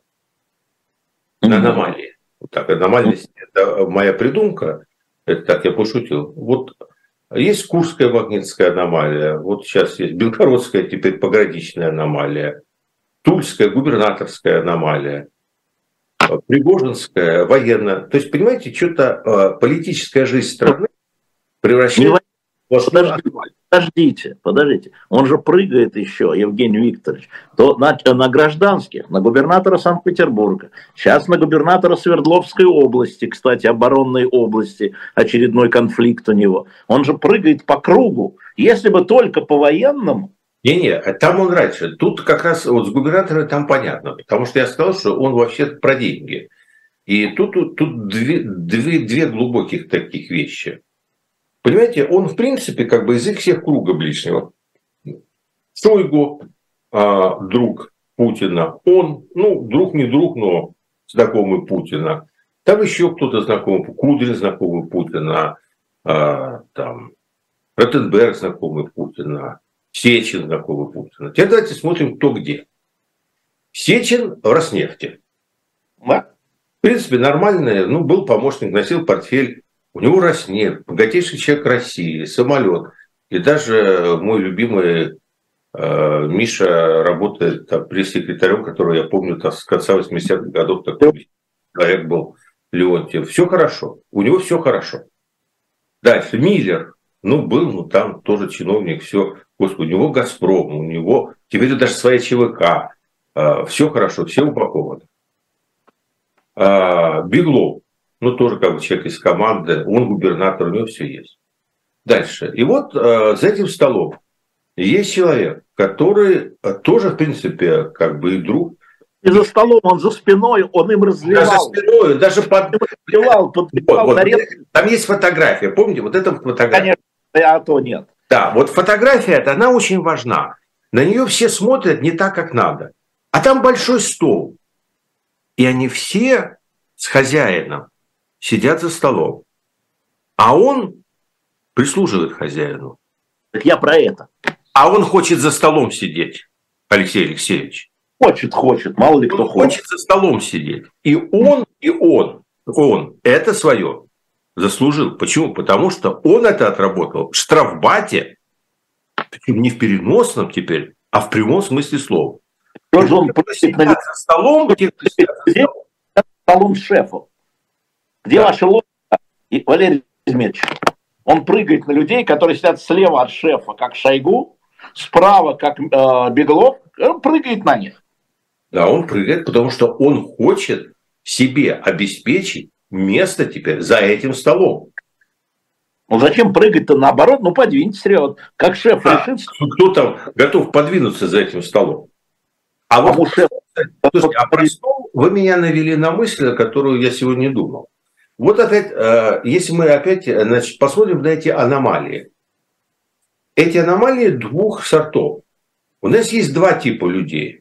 На аномалии. Вот так, аномальность – это моя придумка. Это так, я пошутил. Вот есть Курская магнитская аномалия. Вот сейчас есть Белгородская теперь пограничная аномалия. Тульская губернаторская аномалия. Пригожинская военная. То есть, понимаете, что-то политическая жизнь страны превращается в основу. Подождите, подождите. Он же прыгает еще, Евгений Викторович, то на, на гражданских, на губернатора Санкт-Петербурга, сейчас на губернатора Свердловской области, кстати, оборонной области, очередной конфликт у него. Он же прыгает по кругу. Если бы только по военному. Не-не, там он раньше. Тут как раз вот с губернатором там понятно, потому что я сказал, что он вообще про деньги. И тут, тут, тут две, две, две глубоких таких вещи. Понимаете, он, в принципе, как бы язык всех круга ближнего. Шойгу, а, друг Путина, он, ну, друг не друг, но знакомый Путина. Там еще кто-то знакомый, Кудрин знакомый Путина, а, там, Ротенберг знакомый Путина, Сечин знакомый Путина. Теперь давайте смотрим, кто где. Сечин в Роснефти. Да. В принципе, нормальный, ну, был помощник, носил портфель. У него Роснефть, богатейший человек России, самолет. И даже мой любимый э, Миша работает там пресс-секретарем, которого я помню там, с конца восьмидесятых годов, такой человек был, Леонтьев. Все хорошо, у него все хорошо. Дальше Миллер, ну был, ну там тоже чиновник, все. Господи, у него Газпром, у него теперь даже своя ЧВК. Э, все хорошо, все упаковано. Э, Беглов. Ну, тоже как бы человек из команды, он губернатор, у него все есть. Дальше. И вот э, за этим столом есть человек, который тоже, в принципе, как бы и друг. И за столом, он за спиной, он им разливал. Да, за спиной, даже под... Подливал, подливал, вот, вот, там есть фотография, помните, вот эта фотография. Конечно, а то нет. Да, вот фотография, эта, она очень важна. На нее все смотрят не так, как надо. А там большой стол. И они все с хозяином сидят за столом. А он прислуживает хозяину. Так я про это. А он хочет за столом сидеть, Алексей Алексеевич. Хочет, хочет, мало ли кто он хочет. хочет за столом сидеть. И он, и он, он это свое заслужил. Почему? Потому что он это отработал в штрафбате, причем не в переносном теперь, а в прямом смысле слова. Что же он просит на за столом, где за столом шефа? Где да. ваша логика, Валерий Измерович? Он прыгает на людей, которые сидят слева от шефа, как Шойгу, справа, как э, Беглов, он прыгает на них. Да, он прыгает, потому что он хочет себе обеспечить место теперь за этим столом. Ну зачем прыгать-то наоборот? Ну подвиньтесь, Серега. Как шеф а, решится. Кто там готов подвинуться за этим столом? А, а вот, шеф... Слушайте, а про стол вы меня навели на мысль, о которую я сегодня думал. Вот опять, если мы опять, значит, посмотрим на эти аномалии. Эти аномалии двух сортов. У нас есть два типа людей.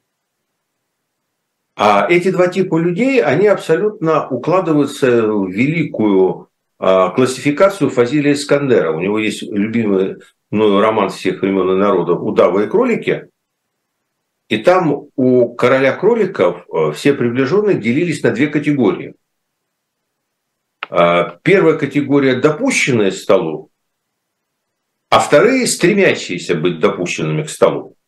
А эти два типа людей, они абсолютно укладываются в великую классификацию Фазилия Искандера. У него есть любимый мною роман всех времен и народов «Удавы и кролики». И там у короля кроликов все приближенные делились на две категории. Первая категория – допущенные к столу, а вторые – стремящиеся быть допущенными к столу.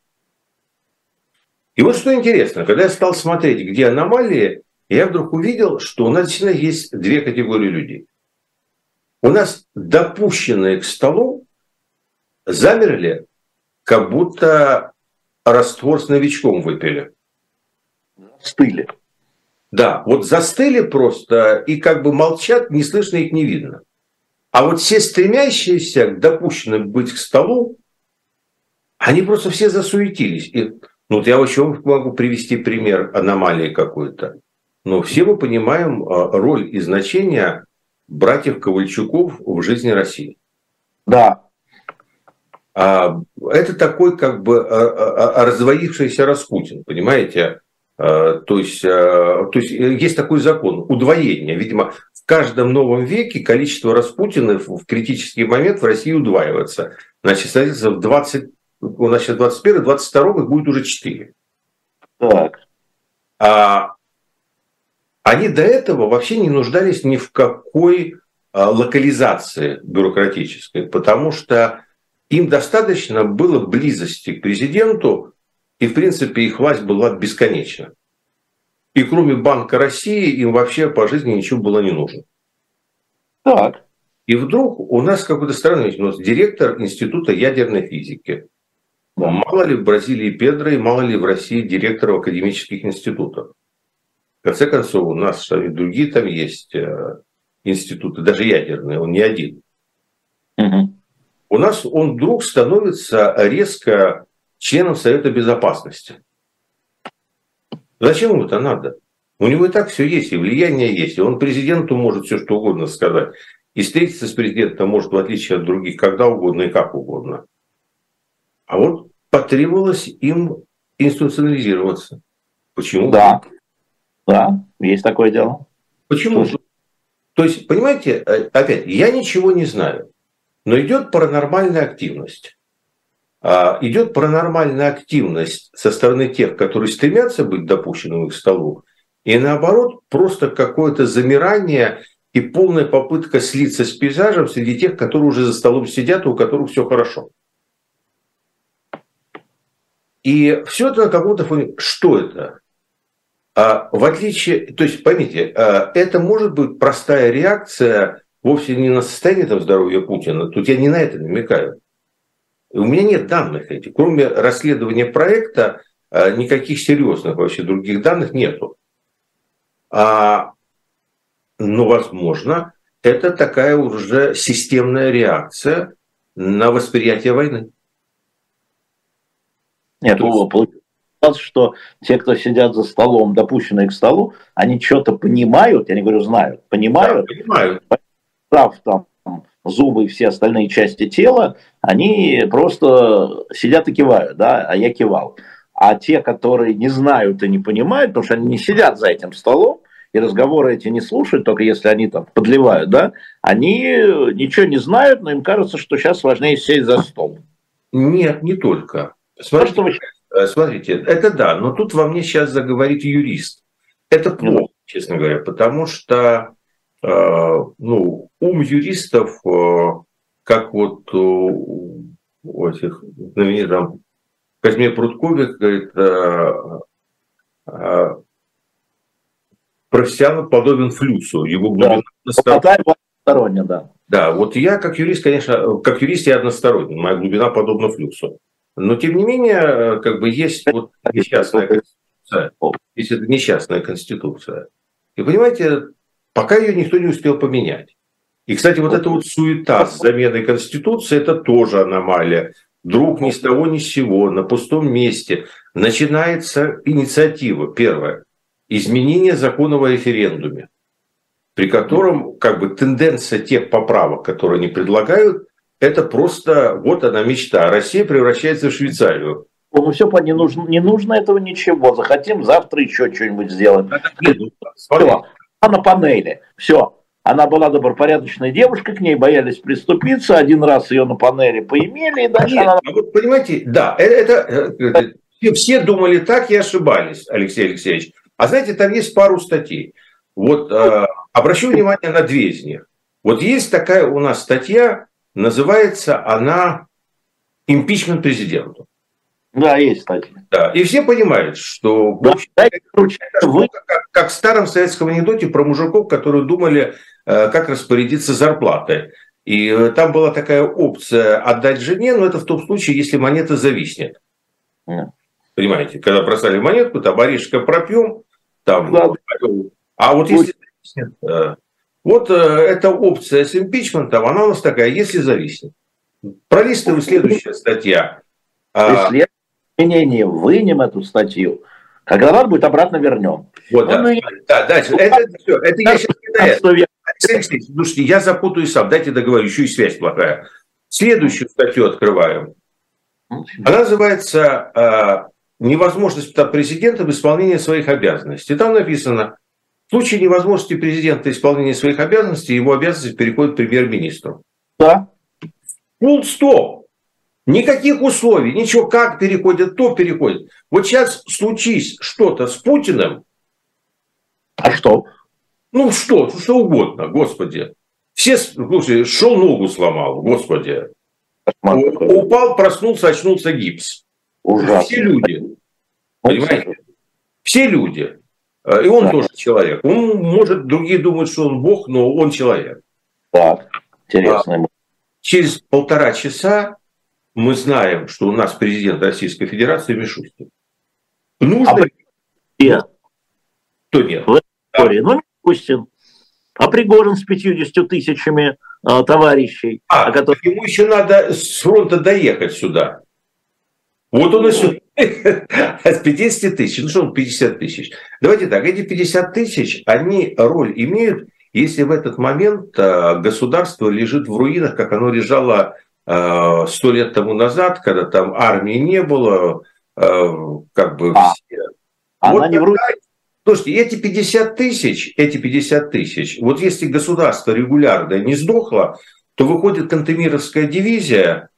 И вот что интересно, когда я стал смотреть, где аномалии, я вдруг увидел, что у нас действительно есть две категории людей. У нас допущенные к столу замерли, как будто раствор с новичком выпили. Застыли. Да, вот застыли просто и как бы молчат, не слышно их, не видно. А вот все стремящиеся к допущенным быть к столу, они просто все засуетились. И, ну, вот я еще могу привести пример аномалии какой-то. Но все мы понимаем роль и значение братьев Ковальчуков в жизни России. Да. Это такой как бы раздвоившийся Распутин, понимаете? То есть, то есть есть такой закон удвоения. Видимо, в каждом новом веке количество Распутинов в критический момент в России удваивается. Значит, соответственно, в двадцать, у нас сейчас двадцать первый, двадцать втором их будет уже четыре. Так. А они до этого вообще не нуждались ни в какой локализации бюрократической, потому что им достаточно было близости к президенту, и, в принципе, их власть была бесконечна. И кроме Банка России им вообще по жизни ничего было не нужно. Так. И вдруг у нас какой-то странный у нас директор Института ядерной физики. Да. Мало ли в Бразилии Педро, и мало ли в России директоров академических институтов. В конце концов, у нас и другие там есть институты, даже ядерные, он не один. Угу. У нас он вдруг становится резко членом Совета Безопасности. Зачем ему это надо? У него и так все есть, и влияние есть, и он президенту может все что угодно сказать. И встретиться с президентом может, в отличие от других, когда угодно и как угодно. А вот потребовалось им институционализироваться. Почему? Да, да, есть такое дело. Почему? Что? То есть, понимаете, опять, я ничего не знаю, но идет паранормальная активность. Идет паранормальная активность со стороны тех, которые стремятся быть допущенными к столу, и наоборот, просто какое-то замирание и полная попытка слиться с пейзажем среди тех, которые уже за столом сидят, и у которых все хорошо. И все это на каком-то фоне. Что это? А, в отличие, то есть, поймите, а, это может быть простая реакция вовсе не на состояние там, здоровья Путина. Тут я не на это намекаю. У меня нет данных этих. Кроме расследования проекта, а, никаких серьезных вообще других данных нету. А, но, возможно, это такая уже системная реакция на восприятие войны. Нет, получается, что те, кто сидят за столом, допущенные к столу, они что-то понимают, я не говорю знают, понимают, да, понимают. Прав, там, зубы и все остальные части тела, они просто сидят и кивают, да, а я кивал. А те, которые не знают и не понимают, потому что они не сидят за этим столом, и разговоры эти не слушают, только если они там подливают, да, они ничего не знают, но им кажется, что сейчас важнее сесть за стол. Нет, не только. Смотрите, вы... смотрите, это да, но тут во мне сейчас заговорит юрист. Это плохо, честно говоря, потому что э, ну, ум юристов, э, как вот у, у этих знаменитых Казьме Прудкове, говорит, э, э, профессионал подобен флюсу, его глубина односторонняя, да. Да, вот я как юрист, конечно, как юрист я односторонний, моя глубина подобна флюсу. Но, тем не менее, как бы есть вот несчастная конституция. Есть это несчастная конституция. И, понимаете, пока ее никто не успел поменять. И, кстати, вот эта вот суета с заменой Конституции, это тоже аномалия. Вдруг ни с того ни с сего, на пустом месте начинается инициатива. Первое. Изменение закона о референдуме, при котором как бы тенденция тех поправок, которые они предлагают, это просто вот она мечта. Россия превращается в Швейцарию. Ну все, не нужно, не нужно этого ничего. Захотим, завтра еще что-нибудь сделаем. Все, она на панели. Все. Она была добропорядочной девушкой, к ней боялись приступиться. Один раз ее на панели поимели, и дальше Нет, она... вот понимаете, да, это, это, это все думали так и ошибались, Алексей Алексеевич. А знаете, там есть пару статей. Вот э, обращу внимание на две из них. Вот есть такая у нас статья, называется она «Импичмент президенту». Да, есть статья. Да, и все понимают, что в да, общем, это, это как, как в старом советском анекдоте про мужиков, которые думали, э, как распорядиться зарплатой. И э, там была такая опция отдать жене, но это в том случае, если монета зависнет. Mm. Понимаете, когда бросали монетку, там орешка пропьем, там, да. А вот если зависнет, э, вот э, эта опция с импичментом, она у нас такая, если зависнет. Пролистываю следующая статья. Если изменение вынем эту статью, когда надо будет, обратно вернем. Вот, да, ну, да, дальше. Это, это все. Это я сейчас не Алексей, слушайте, я запутаюсь сам. Дайте договорю, еще и связь плохая. Следующую статью открываем. Она называется «Невозможность президента в исполнении своих обязанностей». Там написано: в случае невозможности президента исполнения своих обязанностей, его обязанности переходят к премьер-министру. Да. Full stop. Никаких условий, ничего, как переходят, то переходит. Вот сейчас случись что-то с Путиным. А что? Ну что, что угодно, господи. Все, слушай, шел ногу сломал, господи. Упал, проснулся, очнулся, гипс. Ужасно. Все люди. Понимаете? Все люди. И он да. тоже человек. Он, может, другие думают, что он бог, но он человек. Так, интересно. А через полтора часа мы знаем, что у нас президент Российской Федерации Мишустин. Нужно... А нет. Кто нет? В истории. Да. Ну, Мишустин. А Пригожин с пятьюдесятью тысячами а, товарищей. А, которых... ему еще надо с фронта доехать сюда. Вот он и сюда. С пятидесяти тысяч. Ну что он, пятьдесят тысяч. Давайте так, эти пятьдесят тысяч, они роль имеют, если в этот момент государство лежит в руинах, как оно лежало сто лет тому назад, когда там армии не было, как бы а, все. Она Вот не тогда, в руинах. Слушайте, эти пятьдесят тысяч, эти пятьдесят тысяч, вот если государство регулярно не сдохло, то выходит Кантемировская дивизия,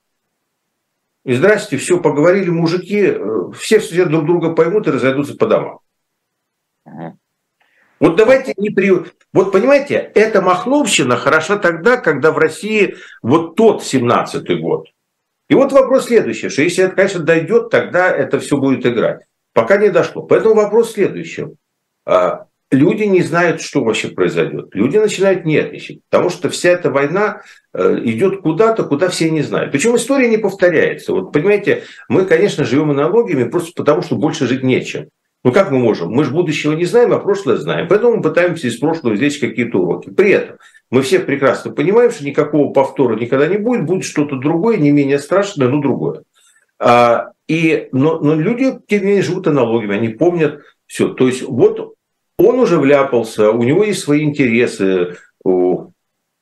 и здрасте, все, поговорили мужики, все, все друг друга поймут и разойдутся по домам. Угу. Вот давайте не при... Вот понимаете, эта махновщина хороша тогда, когда в России вот тот семнадцатый год. И вот вопрос следующий, что если это, конечно, дойдет, тогда это все будет играть. Пока не дошло. Поэтому вопрос следующий. Люди не знают, что вообще произойдет. Люди начинают нервничать, потому что вся эта война идет куда-то, куда все не знают. Причем история не повторяется. Вот понимаете, мы, конечно, живем аналогиями просто потому, что больше жить нечем. Ну как мы можем? Мы же будущего не знаем, а прошлое знаем. Поэтому мы пытаемся из прошлого извлечь какие-то уроки. При этом мы все прекрасно понимаем, что никакого повтора никогда не будет. Будет что-то другое, не менее страшное, но другое. А, и, но, но люди, тем не менее, живут аналогиями. Они помнят все. То есть вот он уже вляпался, у него есть свои интересы. Вот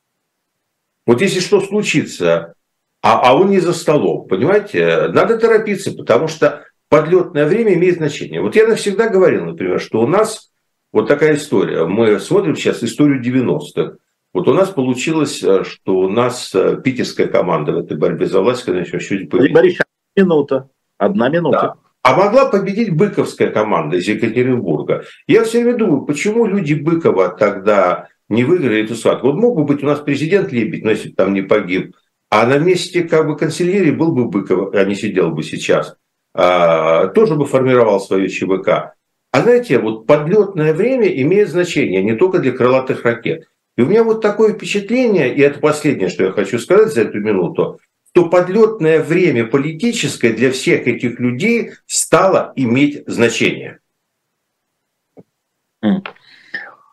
если что случится, а, а он не за столом, понимаете, надо торопиться, потому что подлетное время имеет значение. Вот я навсегда говорил, например, что у нас вот такая история. Мы смотрим сейчас историю девяностых. Вот у нас получилось, что у нас питерская команда в этой борьбе за власть, конечно, чуть победила. Борис, минута. Одна минута. Да. А могла победить быковская команда из Екатеринбурга. Я все время думаю, почему люди Быкова тогда не выиграли эту схватку. Вот мог бы быть у нас президент Лебедь, но если бы там не погиб. А на месте как бы канцелярии был бы Быков, а не сидел бы сейчас. А, тоже бы формировал свою ЧВК. А знаете, вот подлетное время имеет значение не только для крылатых ракет. И у меня вот такое впечатление, и это последнее, что я хочу сказать за эту минуту, что подлетное время политическое для всех этих людей стало иметь значение.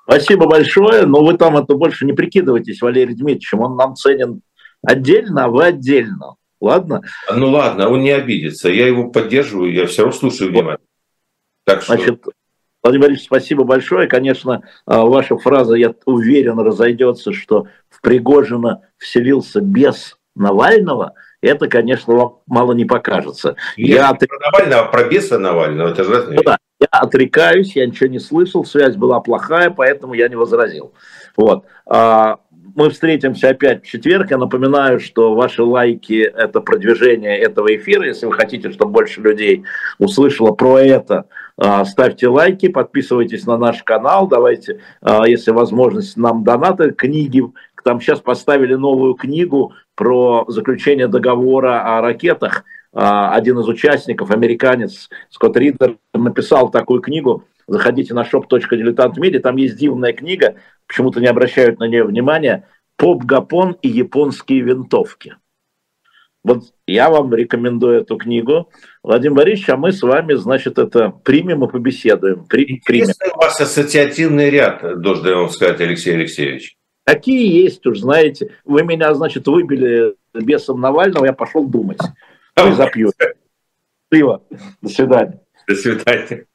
Спасибо большое, но вы там это больше не прикидывайтесь Валерием Дмитриевичем, он нам ценен отдельно, а вы отдельно. Ладно? Ну ладно, он не обидится, я его поддерживаю, я все равно слушаю внимательно. Так что... Значит, Владимир Борисович, спасибо большое. Конечно, ваша фраза, я уверен, разойдется, что в Пригожина вселился бес Навального. Это, конечно, вам мало не покажется. Нет, я не про Навального, а про беса Навального. Это же разные ну, да, я отрекаюсь, я ничего не слышал, связь была плохая, поэтому я не возразил. Вот. Мы встретимся опять в четверг. Я напоминаю, что ваши лайки – это продвижение этого эфира. Если вы хотите, чтобы больше людей услышало про это, ставьте лайки, подписывайтесь на наш канал. Давайте, если возможность, нам донаты, книги. Там сейчас поставили новую книгу про заключение договора о ракетах. Один из участников, американец Скотт Ридер, написал такую книгу. Заходите на shop точка diletant media, там есть дивная книга, почему-то не обращают на нее внимания, «Поп-Гапон и японские винтовки». Вот я вам рекомендую эту книгу. Владимир Борисович, а мы с вами, значит, это примем и побеседуем. При, Интересный примем. У вас ассоциативный ряд, должен я вам сказать, Алексей Алексеевич. Какие есть, уж знаете. Вы меня, значит, выбили бесом Навального, я пошел думать. И запью. До свидания. До свидания.